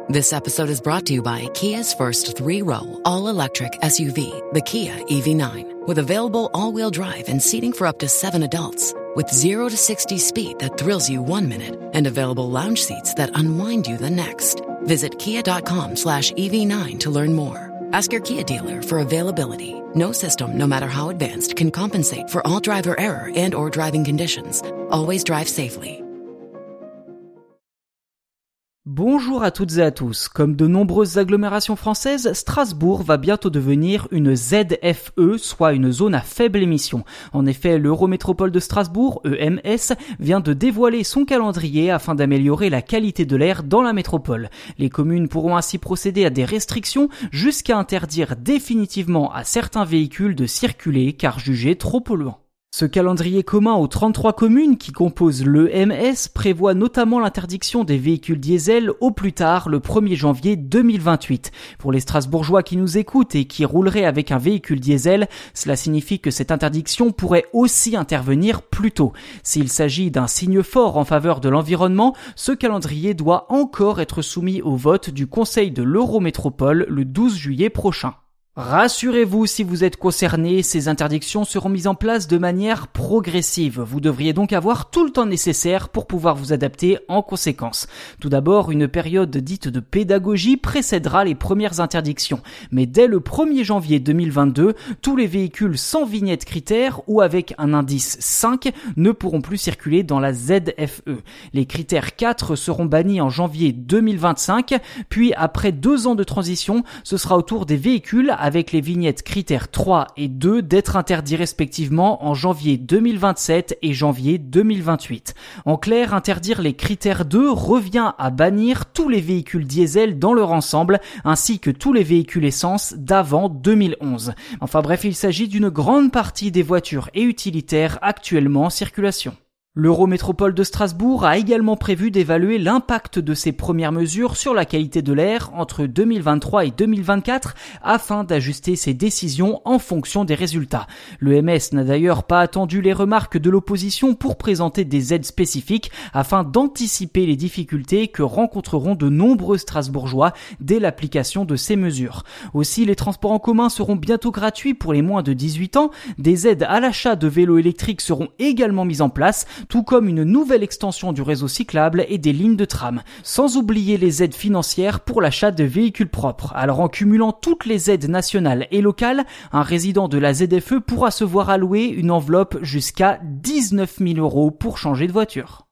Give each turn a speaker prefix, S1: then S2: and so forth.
S1: This episode is brought to you by Kia's first 3-row, all-electric SUV, the Kia EV9. With available all-wheel drive and seating for up to 7 adults. With 0 to 60 speed that thrills you 1 minute and available lounge seats that unwind you the next. Visit kia.com/EV9 to learn more. Ask your Kia dealer for availability. No system, no matter how advanced, can compensate for all driver error and or driving conditions. Always drive safely.
S2: Bonjour à toutes et à tous. Comme de nombreuses agglomérations françaises, Strasbourg va bientôt devenir une ZFE, soit une zone à faible émission. En effet, l'Eurométropole de Strasbourg, EMS, vient de dévoiler son calendrier afin d'améliorer la qualité de l'air dans la métropole. Les communes pourront ainsi procéder à des restrictions jusqu'à interdire définitivement à certains véhicules de circuler car jugés trop polluants. Ce calendrier commun aux 33 communes qui composent l'EMS prévoit notamment l'interdiction des véhicules diesel au plus tard le 1er janvier 2028. Pour les Strasbourgeois qui nous écoutent et qui rouleraient avec un véhicule diesel, cela signifie que cette interdiction pourrait aussi intervenir plus tôt. S'il s'agit d'un signe fort en faveur de l'environnement, ce calendrier doit encore être soumis au vote du Conseil de l'Eurométropole le 12 juillet prochain. Rassurez-vous, si vous êtes concerné, ces interdictions seront mises en place de manière progressive. Vous devriez donc avoir tout le temps nécessaire pour pouvoir vous adapter en conséquence. Tout d'abord, une période dite de pédagogie précédera les premières interdictions. Mais dès le 1er janvier 2022, tous les véhicules sans vignette critères ou avec un indice 5 ne pourront plus circuler dans la ZFE. Les critères 4 seront bannis en janvier 2025, puis après 2 ans de transition, ce sera au tour des véhicules avec les vignettes critères 3 et 2 d'être interdits respectivement en janvier 2027 et janvier 2028. En clair, interdire les critères 2 revient à bannir tous les véhicules diesel dans leur ensemble, ainsi que tous les véhicules essence d'avant 2011. Enfin bref, il s'agit d'une grande partie des voitures et utilitaires actuellement en circulation. L'Eurométropole de Strasbourg a également prévu d'évaluer l'impact de ces premières mesures sur la qualité de l'air entre 2023 et 2024 afin d'ajuster ses décisions en fonction des résultats. L'EMS n'a d'ailleurs pas attendu les remarques de l'opposition pour présenter des aides spécifiques afin d'anticiper les difficultés que rencontreront de nombreux Strasbourgeois dès l'application de ces mesures. Aussi, les transports en commun seront bientôt gratuits pour les moins de 18 ans. Des aides à l'achat de vélos électriques seront également mises en place, tout comme une nouvelle extension du réseau cyclable et des lignes de tram, sans oublier les aides financières pour l'achat de véhicules propres. Alors en cumulant toutes les aides nationales et locales, un résident de la ZFE pourra se voir allouer une enveloppe jusqu'à 19 000 € pour changer de voiture.